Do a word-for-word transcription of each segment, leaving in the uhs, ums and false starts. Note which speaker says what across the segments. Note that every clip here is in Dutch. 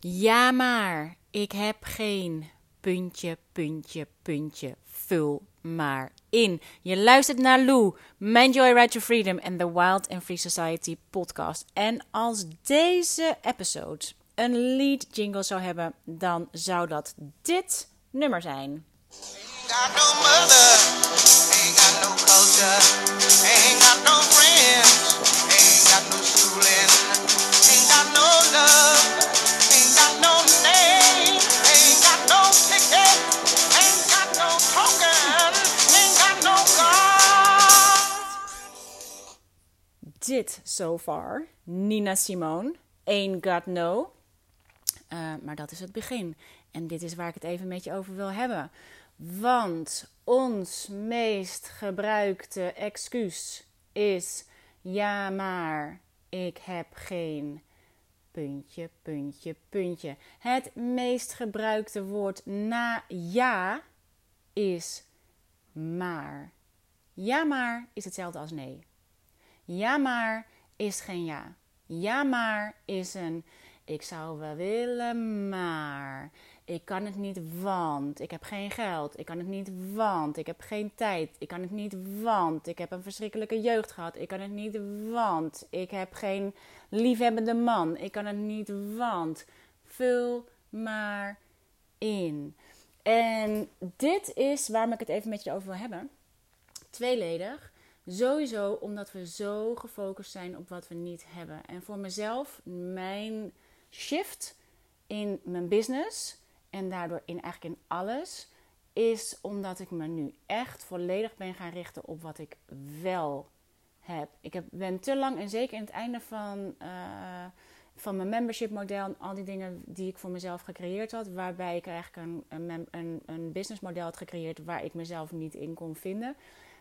Speaker 1: Ja, maar ik heb geen puntje, puntje, puntje. Vul maar in. Je luistert naar Lou, mijn Joyride to Freedom en de Wild and Free Society podcast. En als deze episode een lead jingle zou hebben, dan zou dat dit nummer zijn.
Speaker 2: Got no mother, ain't got no culture, ain't got no friends, ain't got no schooling, ain't got no love, ain't got no name, ain't got no ticket, ain't got no token, ain't got no God.
Speaker 1: Dit so far, Nina Simone, Ain't Got No. Uh, maar dat is het begin. En dit is waar ik het even met je over wil hebben. Want ons meest gebruikte excuus is: ja, maar ik heb geen puntje, puntje, puntje. Het meest gebruikte woord na ja is maar. Ja, maar is hetzelfde als nee. Ja, maar is geen ja. Ja, maar is een ik zou wel willen, maar ik kan het niet, want ik heb geen geld. Ik kan het niet, want ik heb geen tijd. Ik kan het niet, want ik heb een verschrikkelijke jeugd gehad. Ik kan het niet, want ik heb geen liefhebbende man. Ik kan het niet, want vul maar in. En dit is waarom ik het even met je over wil hebben. Tweeledig. Sowieso omdat we zo gefocust zijn op wat we niet hebben. En voor mezelf, mijn shift in mijn business en daardoor in eigenlijk in alles, is omdat ik me nu echt volledig ben gaan richten op wat ik wel heb. Ik heb, ben te lang, en zeker in het einde van, uh, van mijn membership model en al die dingen die ik voor mezelf gecreëerd had, waarbij ik eigenlijk een, een, een, een business model had gecreëerd waar ik mezelf niet in kon vinden.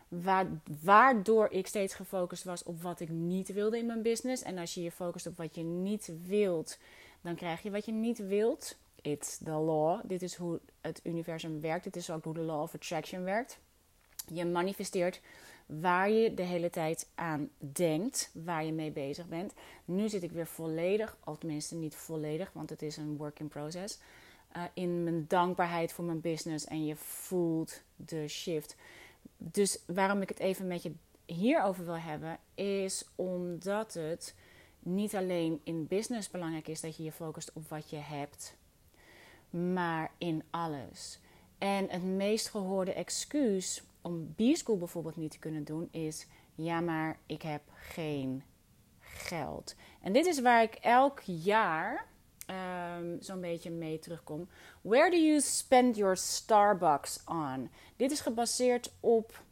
Speaker 1: Waardoor ik steeds gefocust was op wat ik niet wilde in mijn business. En als je je focust op wat je niet wilt, dan krijg je wat je niet wilt. It's the law. Dit is hoe het universum werkt. Dit is ook hoe de law of attraction werkt. Je manifesteert waar je de hele tijd aan denkt, waar je mee bezig bent. Nu zit ik weer volledig, of tenminste niet volledig, want het is een work in process, uh, in mijn dankbaarheid voor mijn business. En je voelt de shift. Dus waarom ik het even met je hierover wil hebben, is omdat het niet alleen in business belangrijk is dat je je focust op wat je hebt, maar in alles. En het meest gehoorde excuus om B-School bijvoorbeeld niet te kunnen doen is: ja, maar ik heb geen geld. En dit is waar ik elk jaar um, zo'n beetje mee terugkom. Where do you spend your Starbucks on? Dit is gebaseerd op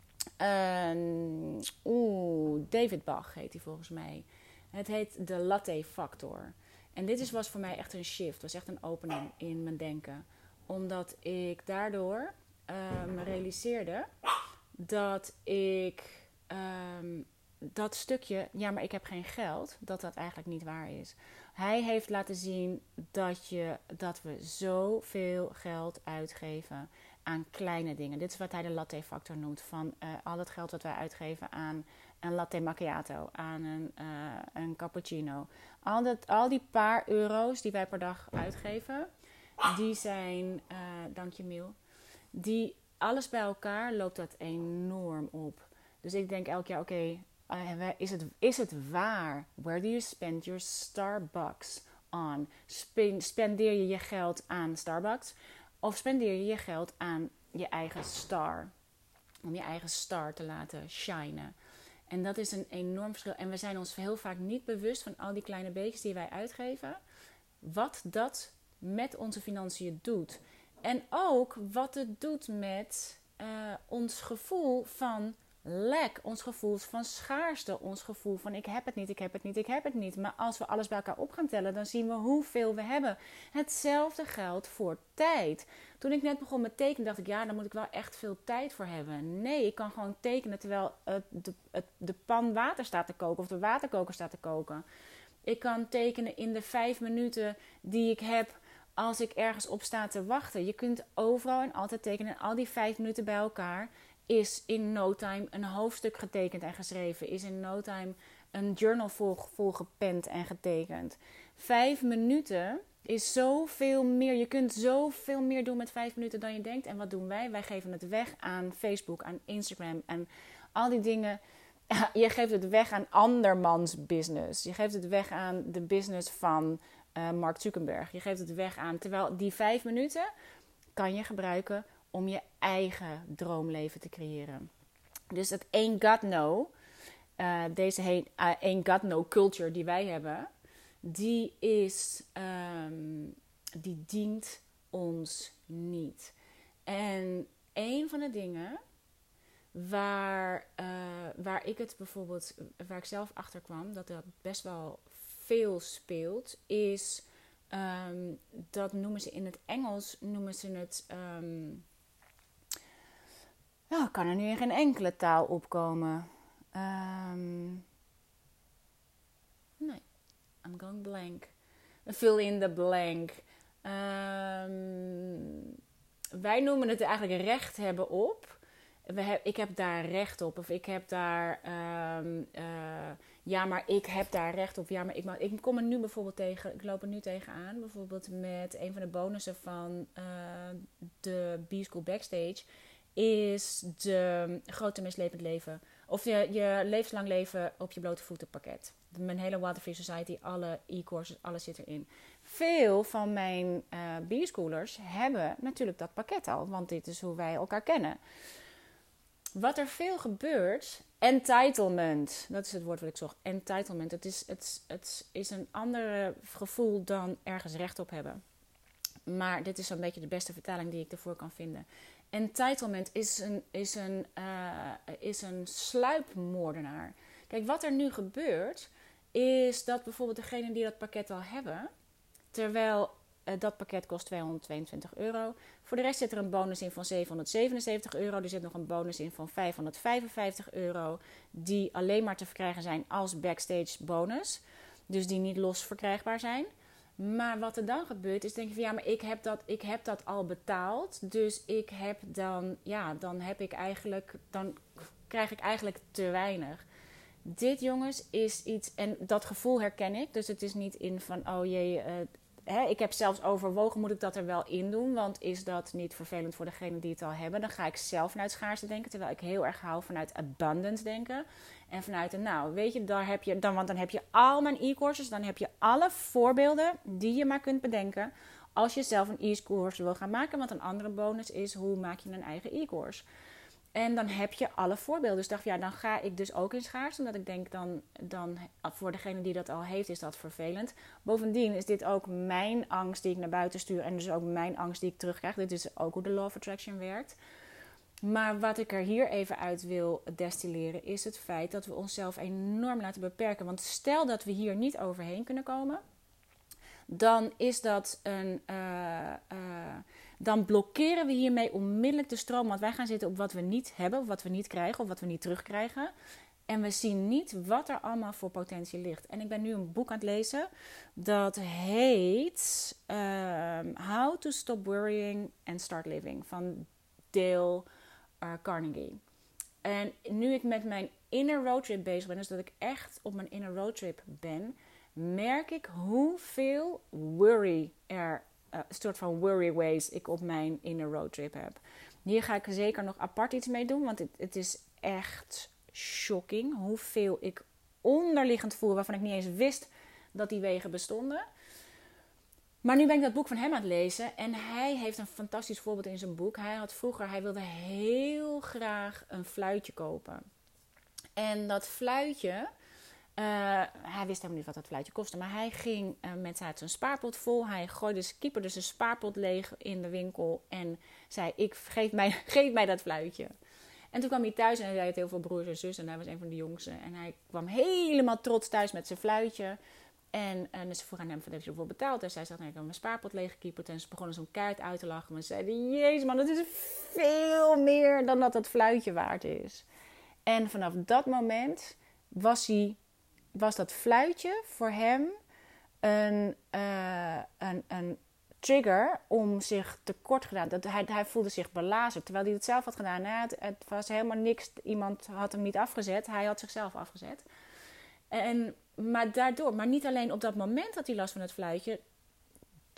Speaker 1: um, oeh, David Bach heet hij volgens mij. Het heet de Latte Factor. En dit is, was voor mij echt een shift. was echt een opening in mijn denken. Omdat ik daardoor uh, me realiseerde dat ik um, dat stukje, ja, maar ik heb geen geld, dat dat eigenlijk niet waar is. Hij heeft laten zien dat, je, dat we zoveel geld uitgeven aan kleine dingen. Dit is wat hij de latte factor noemt. Van uh, al het geld wat wij uitgeven aan een latte macchiato, aan een, uh, een cappuccino. Al, dat, al die paar euro's die wij per dag uitgeven, die zijn, uh, dank je Miel, die alles bij elkaar loopt dat enorm op. Dus ik denk elk jaar, oké, okay, is, het, is het waar? Where do you spend your Starbucks on? Spendeer je je geld aan Starbucks? Of spendeer je je geld aan je eigen star? Om je eigen star te laten shinen. En dat is een enorm verschil. En we zijn ons heel vaak niet bewust van al die kleine beetjes die wij uitgeven. Wat dat met onze financiën doet. En ook wat het doet met uh, ons gevoel van lack. Ons gevoel van schaarste. Ons gevoel van ik heb het niet, ik heb het niet, ik heb het niet. Maar als we alles bij elkaar op gaan tellen, dan zien we hoeveel we hebben. Hetzelfde geldt voor tijd. Toen ik net begon met tekenen, dacht ik, ja, daar moet ik wel echt veel tijd voor hebben. Nee, ik kan gewoon tekenen terwijl het, de, het, de pan water staat te koken of de waterkoker staat te koken. Ik kan tekenen in de vijf minuten die ik heb als ik ergens op sta te wachten. Je kunt overal en altijd tekenen. En al die vijf minuten bij elkaar is in no time een hoofdstuk getekend en geschreven. Is in no time een journal vol, vol gepend en getekend. Vijf minuten Is zoveel meer. Je kunt zoveel meer doen met vijf minuten dan je denkt. En wat doen wij? Wij geven het weg aan Facebook, aan Instagram en al die dingen. Je geeft het weg aan andermans business. Je geeft het weg aan de business van uh, Mark Zuckerberg. Je geeft het weg aan. Terwijl die vijf minuten kan je gebruiken om je eigen droomleven te creëren. Dus het ain't got no. Uh, deze he- uh, ain't got no culture die wij hebben. Die is, um, die dient ons niet. En een van de dingen waar, uh, waar ik het bijvoorbeeld, waar ik zelf achter kwam, dat dat best wel veel speelt, is, um, dat noemen ze in het Engels, noemen ze het, um, nou, ik kan er nu in geen enkele taal opkomen. Um, nee. I'm going blank. Fill in the blank. Um, wij noemen het eigenlijk recht hebben op. We heb, ik heb daar recht op. Of ik heb daar... Um, uh, ja, maar ik heb daar recht op. Ja, maar ik, mag, ik kom er nu bijvoorbeeld tegen... Ik loop er nu tegenaan. Bijvoorbeeld met een van de bonussen van uh, de B-School Backstage... is de grote mislepend leven... Of je, je levenslang leven op je blote voeten pakket. Mijn hele Water Free Society, alle e-courses, alles zit erin. Veel van mijn uh, B-schoolers hebben natuurlijk dat pakket al. Want dit is hoe wij elkaar kennen. Wat er veel gebeurt... Entitlement. Dat is het woord wat ik zocht. Entitlement. Het is, het, het is een ander gevoel dan ergens recht op hebben. Maar dit is zo'n beetje de beste vertaling die ik ervoor kan vinden. Entitlement is een, is een, uh, is een sluipmoordenaar. Kijk, wat er nu gebeurt, is dat bijvoorbeeld degenen die dat pakket al hebben, terwijl uh, dat pakket kost tweehonderdtweeëntwintig euro. Voor de rest zit er een bonus in van zevenhonderdzevenenzeventig euro. Er zit nog een bonus in van vijfhonderdvijfenvijftig euro, die alleen maar te verkrijgen zijn als backstage bonus. Dus die niet los verkrijgbaar zijn. Maar wat er dan gebeurt is, denk je van ja, maar ik heb dat, ik heb dat al betaald. Dus ik heb dan, ja, dan heb ik eigenlijk, dan krijg ik eigenlijk te weinig. Dit, jongens, is iets, en dat gevoel herken ik. Dus het is niet in van, oh jee, uh, hè, ik heb zelfs overwogen, moet ik dat er wel in doen? Want is dat niet vervelend voor degene die het al hebben? Dan ga ik zelf vanuit schaarste denken, terwijl ik heel erg hou vanuit abundance denken. En vanuit een, nou, weet je, daar heb je dan, want dan heb je al mijn e-courses, dan heb je alle voorbeelden die je maar kunt bedenken als je zelf een e-course wil gaan maken. Want een andere bonus is, hoe maak je een eigen e-course? En dan heb je alle voorbeelden. Dus dacht, ja, dan ga ik dus ook in schaars. Omdat ik denk, dan, dan voor degene die dat al heeft, is dat vervelend. Bovendien is dit ook mijn angst die ik naar buiten stuur. En dus ook mijn angst die ik terugkrijg. Dit is ook hoe de Law of Attraction werkt. Maar wat ik er hier even uit wil destilleren, is het feit dat we onszelf enorm laten beperken. Want stel dat we hier niet overheen kunnen komen, dan is dat een... Uh, uh, dan blokkeren we hiermee onmiddellijk de stroom. Want wij gaan zitten op wat we niet hebben, of wat we niet krijgen, of wat we niet terugkrijgen. En we zien niet wat er allemaal voor potentie ligt. En ik ben nu een boek aan het lezen. Dat heet uh, How to Stop Worrying and Start Living. Van Dale uh, Carnegie. En nu ik met mijn inner roadtrip bezig ben, dus dat ik echt op mijn inner roadtrip ben, merk ik hoeveel worry er, uh, een soort van worry ways ik op mijn inner roadtrip heb. Hier ga ik zeker nog apart iets mee doen, want het, het is echt shocking hoeveel ik onderliggend voel, waarvan ik niet eens wist dat die wegen bestonden. Maar nu ben ik dat boek van hem aan het lezen en hij heeft een fantastisch voorbeeld in zijn boek. Hij had vroeger, hij wilde heel graag een fluitje kopen. En dat fluitje, uh, hij wist helemaal niet wat dat fluitje kostte, maar hij ging uh, met zijn spaarpot vol. Hij gooide, kieperde zijn spaarpot leeg in de winkel en zei, ik, geef, mij, geef mij dat fluitje. En toen kwam hij thuis en hij had heel veel broers en zussen en hij was een van de jongsten. En hij kwam helemaal trots thuis met zijn fluitje. En, en ze vroeg aan hem, wat heb je ervoor betaald? En zij zei, nou, ik heb mijn spaarpot leeggekieperd. En ze begonnen zo'n kaart uit te lachen. Maar ze zeiden, jezus man, dat is veel meer dan dat dat fluitje waard is. En vanaf dat moment was, hij, was dat fluitje voor hem een, uh, een, een trigger om zich tekort gedaan. Dat hij, hij voelde zich belazerd, terwijl hij het zelf had gedaan. Hij had, het was helemaal niks, iemand had hem niet afgezet. Hij had zichzelf afgezet. En, maar daardoor, maar niet alleen op dat moment had hij last van het fluitje.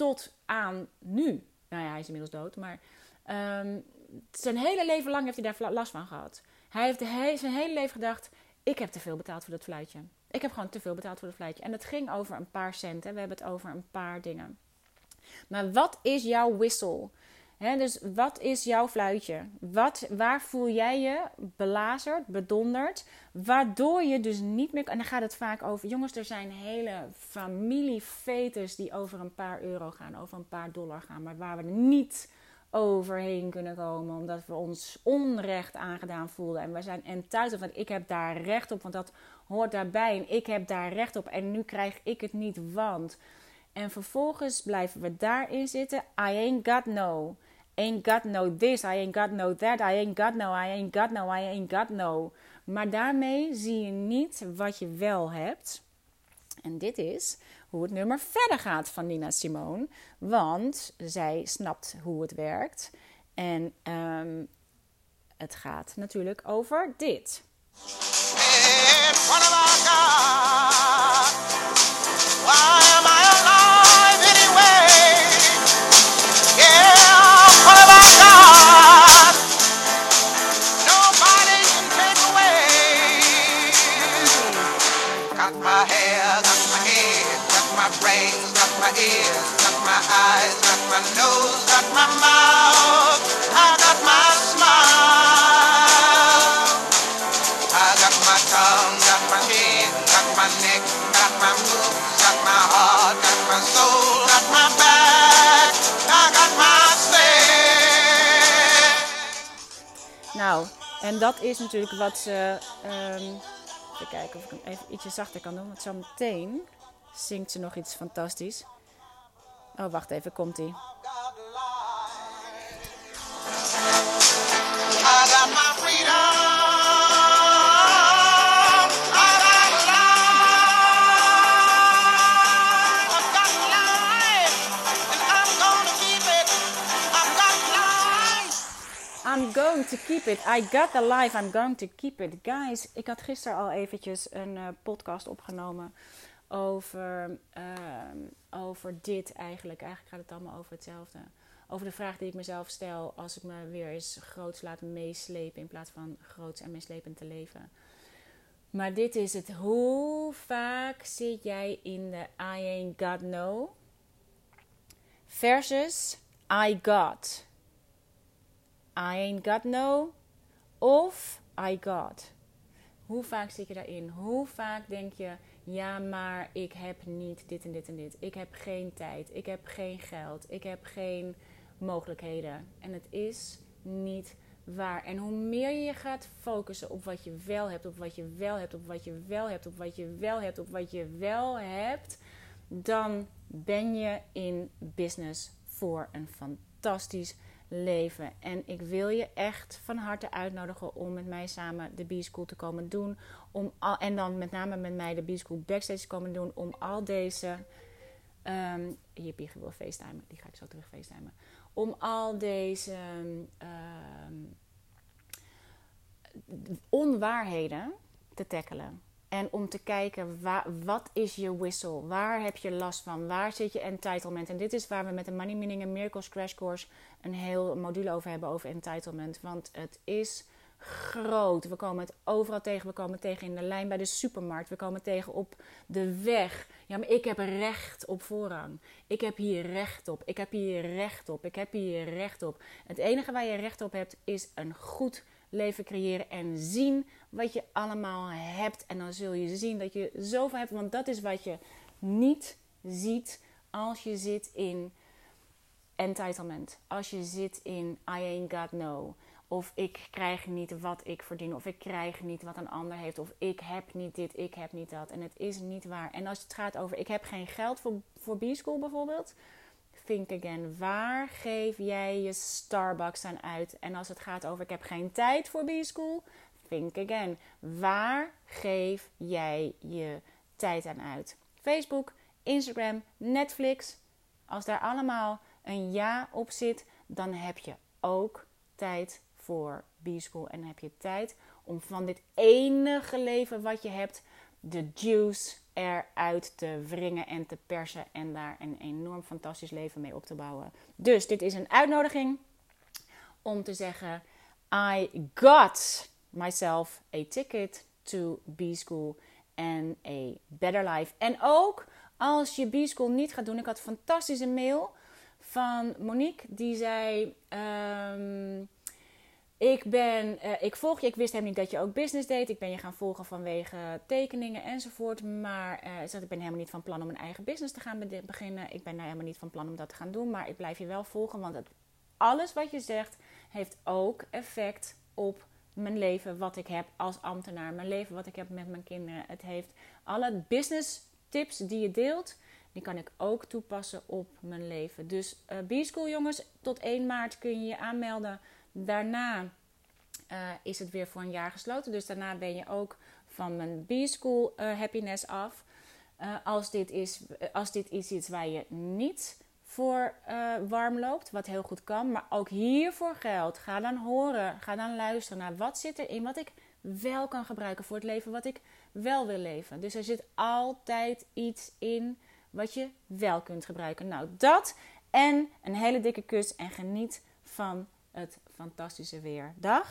Speaker 1: tot aan nu. Nou ja, hij is inmiddels dood, maar um, zijn hele leven lang heeft hij daar last van gehad. Hij heeft he- zijn hele leven gedacht, ik heb te veel betaald voor dat fluitje. Ik heb gewoon te veel betaald voor dat fluitje. En het ging over een paar centen. We hebben het over een paar dingen. Maar wat is jouw whistle? He, dus wat is jouw fluitje? Wat, waar voel jij je belazerd, bedonderd? Waardoor je dus niet meer... En dan gaat het vaak over... Jongens, er zijn hele familiefetes die over een paar euro gaan. Over een paar dollar gaan. Maar waar we er niet overheen kunnen komen. Omdat we ons onrecht aangedaan voelden. En we zijn entitled. Want ik heb daar recht op. Want dat hoort daarbij. En ik heb daar recht op. En nu krijg ik het niet, want... En vervolgens blijven we daarin zitten. I ain't got no. Ain't got no this. I ain't got no that. I ain't got no. I ain't got no. I ain't got no. Maar daarmee zie je niet wat je wel hebt. En dit is hoe het nummer verder gaat van Nina Simone. Want zij snapt hoe het werkt. En um, het gaat natuurlijk over dit.
Speaker 2: And what have I got? Why am I alive anyway? Yeah, what have I got? Nobody can take away. Got my hair, got my head, got my brains, got my ears, got my eyes, got my nose, got my mouth. I got my smile. I got my tongue, got my chin, got my neck, got my moves, got my heart, got my soul, got my back, I got my stay.
Speaker 1: Nou, en dat is natuurlijk wat ze... Um, even kijken of ik hem even ietsje zachter kan doen. Want zo meteen zingt ze nog iets fantastisch. Oh, wacht even, komt-ie.
Speaker 2: I got my freedom.
Speaker 1: I'm going to keep it. I got the life. I'm going to keep it. Guys, ik had gisteren al eventjes een uh, podcast opgenomen over, uh, over dit eigenlijk. Eigenlijk gaat het allemaal over hetzelfde. Over de vraag die ik mezelf stel als ik me weer eens groots laat meeslepen in plaats van groots en meeslepend te leven. Maar dit is het. Hoe vaak zit jij in de I ain't got no versus I got? I ain't got no of I got. Hoe vaak zit je daarin? Hoe vaak denk je, ja maar ik heb niet dit en dit en dit. Ik heb geen tijd, ik heb geen geld, ik heb geen mogelijkheden. En het is niet waar. En hoe meer je je gaat focussen op wat je wel hebt, op wat je wel hebt, op wat je wel hebt, op wat je wel hebt, op wat je wel hebt, dan ben je in business voor een fantastisch leven. En ik wil je echt van harte uitnodigen om met mij samen de B-School te komen doen. Om al, en dan met name met mij de B-School Backstage te komen doen. Om al deze... Um, Jippie wil facetimen. Die ga ik zo terug facetimen. Om al deze um, onwaarheden te tackelen. En om te kijken, waar, wat is je whistle? Waar heb je last van? Waar zit je entitlement? En dit is waar we met de Money Meaning and Miracles Crash Course een heel module over hebben, over entitlement. Want het is groot. We komen het overal tegen. We komen het tegen in de lijn bij de supermarkt. We komen het tegen op de weg. Ja, maar ik heb recht op voorrang. Ik heb hier recht op. Ik heb hier recht op. Ik heb hier recht op. Het enige waar je recht op hebt is een goed leven creëren en zien wat je allemaal hebt. En dan zul je zien dat je zoveel hebt. Want dat is wat je niet ziet als je zit in entitlement. Als je zit in I ain't got no. Of ik krijg niet wat ik verdien. Of ik krijg niet wat een ander heeft. Of ik heb niet dit, ik heb niet dat. En het is niet waar. En als het gaat over ik heb geen geld voor, voor B-School bijvoorbeeld. Think again. Waar geef jij je Starbucks aan uit? En als het gaat over ik heb geen tijd voor B-School. Think again. Waar geef jij je tijd aan uit? Facebook, Instagram, Netflix. Als daar allemaal een ja op zit, dan heb je ook tijd voor B-School. En dan heb je tijd om van dit enige leven wat je hebt de juice eruit te wringen en te persen en daar een enorm fantastisch leven mee op te bouwen. Dus dit is een uitnodiging om te zeggen, I got myself a ticket to B-School and a better life. En ook als je B-School niet gaat doen, ik had een fantastische mail van Monique die zei, um, ik, ben, uh, ik volg je, ik wist helemaal niet dat je ook business deed. Ik ben je gaan volgen vanwege tekeningen enzovoort. Maar uh, ik ben helemaal niet van plan om een eigen business te gaan beginnen. Ik ben nou helemaal niet van plan om dat te gaan doen. Maar ik blijf je wel volgen, want het, alles wat je zegt heeft ook effect op mijn leven wat ik heb als ambtenaar. Mijn leven wat ik heb met mijn kinderen. Het heeft alle business tips die je deelt, die kan ik ook toepassen op mijn leven. Dus uh, B-School jongens, tot één maart kun je je aanmelden. Daarna uh, is het weer voor een jaar gesloten. Dus daarna ben je ook van mijn B-School uh, happiness af. Uh, als, dit is, uh, als dit is iets waar je niet voor uh, warm loopt, wat heel goed kan. Maar ook hiervoor geldt. Ga dan horen, ga dan luisteren naar wat zit erin wat ik wel kan gebruiken voor het leven wat ik wel wil leven. Dus er zit altijd iets in wat je wel kunt gebruiken. Nou, dat en een hele dikke kus en geniet van het fantastische weer. Dag!